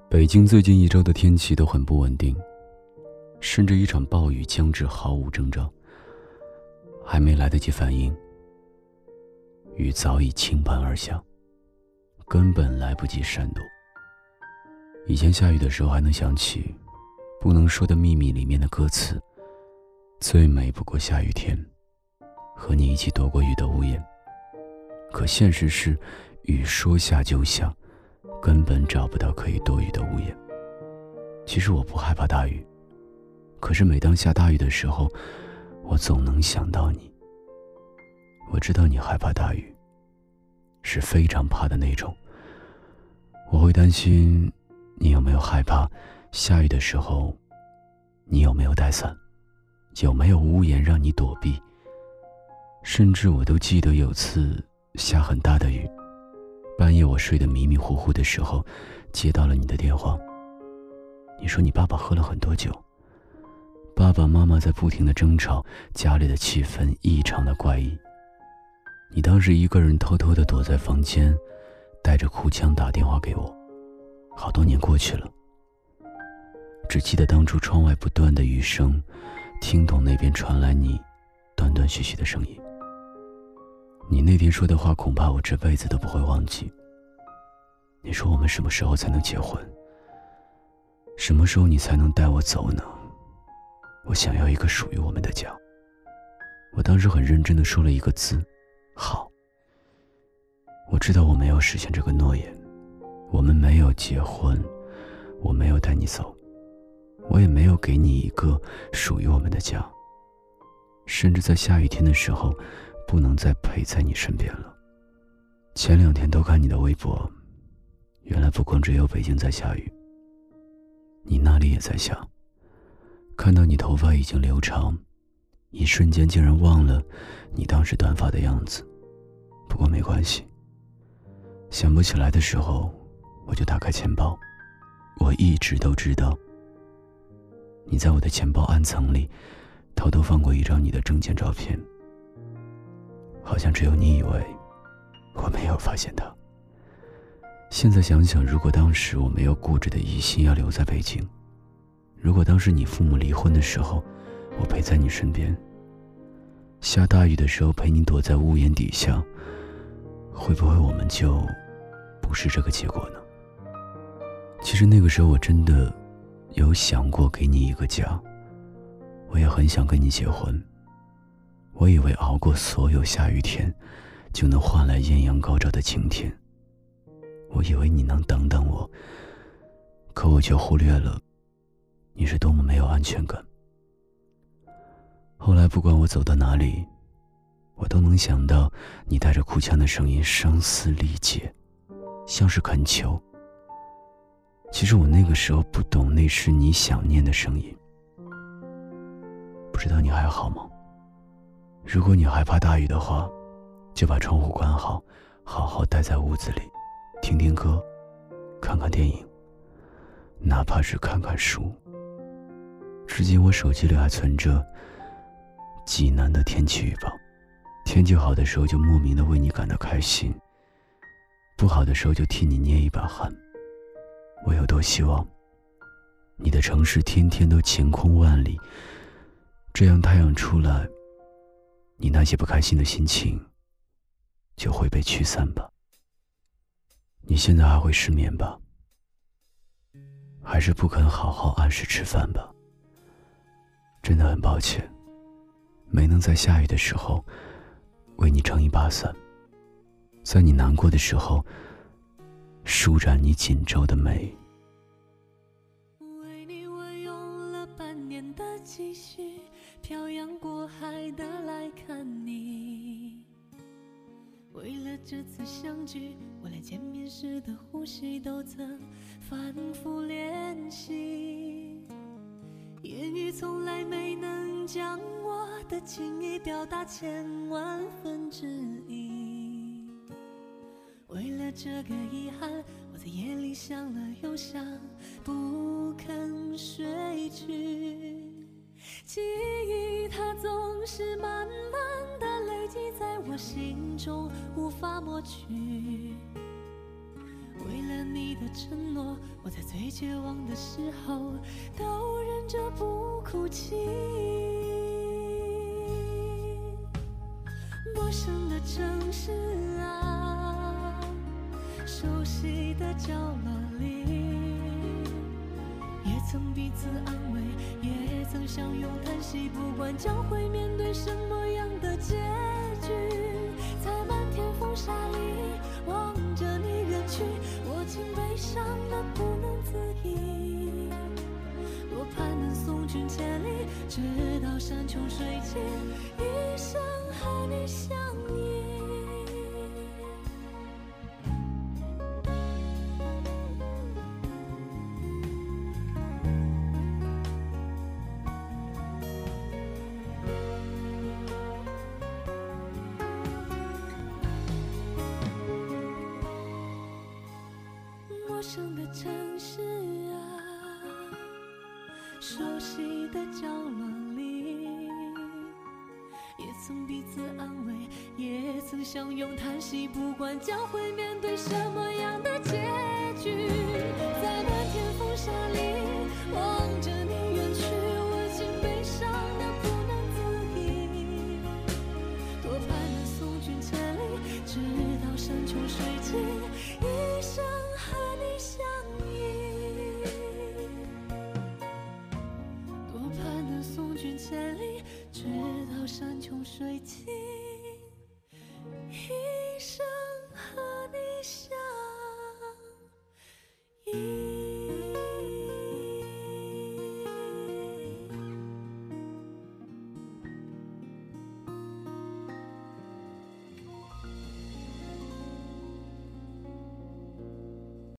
北京最近一周的天气都很不稳定，甚至一场暴雨将至毫无征兆，还没来得及反应，雨早已倾盆而下，根本来不及闪躲。以前下雨的时候还能想起《不能说的秘密》里面的歌词，最美不过下雨天，和你一起躲过雨的屋檐。可现实是，雨说下就下，根本找不到可以躲雨的屋檐。其实我不害怕大雨，可是每当下大雨的时候，我总能想到你。我知道你害怕大雨，是非常怕的那种。我会担心你有没有害怕下雨的时候，你有没有带伞，有没有屋檐让你躲避。甚至我都记得有次下很大的雨，半夜我睡得迷迷糊糊的时候，接到了你的电话。你说你爸爸喝了很多酒，爸爸妈妈在不停地争吵，家里的气氛异常的怪异。你当时一个人偷偷地躲在房间，带着哭腔打电话给我。好多年过去了，只记得当初窗外不断的雨声，听懂那边传来你断断续续的声音。你那天说的话恐怕我这辈子都不会忘记。你说我们什么时候才能结婚？什么时候你才能带我走呢？我想要一个属于我们的家。我当时很认真地说了一个字，好。我知道我没有实现这个诺言，我们没有结婚，我没有带你走，我也没有给你一个属于我们的家，甚至在下雨天的时候不能再陪在你身边了。前2天都看你的微博，原来不光只有北京在下雨，你那里也在下。看到你头发已经留长，一瞬间竟然忘了你当时短发的样子。不过没关系，想不起来的时候我就打开钱包。我一直都知道你在我的钱包暗层里偷偷放过一张你的证件照片，好像只有你以为我没有发现它。现在想想，如果当时我没有固执的一心要留在北京，如果当时你父母离婚的时候我陪在你身边，下大雨的时候陪你躲在屋檐底下，会不会我们就不是这个结果呢？其实那个时候我真的有想过给你一个家，我也很想跟你结婚。我以为熬过所有下雨天就能换来艳阳高照的晴天，我以为你能等等我，可我却忽略了你是多么没有安全感。后来不管我走到哪里，我都能想到你带着哭腔的声音，声嘶力竭，像是恳求。其实我那个时候不懂那是你想念的声音。不知道你还好吗？如果你害怕大雨的话，就把窗户关好，好好待在屋子里，听听歌，看看电影，哪怕是看看书。至今我手机里还存着济南的天气预报，天气好的时候就莫名的为你感到开心，不好的时候就替你捏一把汗。我有多希望你的城市天天都晴空万里，这样太阳出来，你那些不开心的心情就会被驱散吧。你现在还会失眠吧？还是不肯好好按时吃饭吧？真的很抱歉，没能在下雨的时候为你撑一把伞，在你难过的时候舒展你紧皱的眉。 为你我用了半年的积蓄，漂洋过海的来看你。为了这次相聚，我连见面时的呼吸都曾反复练习，言语从来没能将我的情意表达10000000%。为了这个遗憾，我在夜里想了又想，不肯睡去。记忆它总是慢慢的累积在我心中，无法抹去。为了你的承诺，我在最绝望的时候都忍着不哭泣。陌生的城市啊，熟悉的角落里，也曾彼此安慰，也曾相拥叹息，不管将会面对什么样的结局，在漫天风沙里望着你远去，我竟悲伤得不能自已。多盼能送君千里，直到山穷水尽，一生和你相依。陌生的城市啊，熟悉的角落里，也曾彼此安慰，也曾相拥叹息，不管将会面对什么样的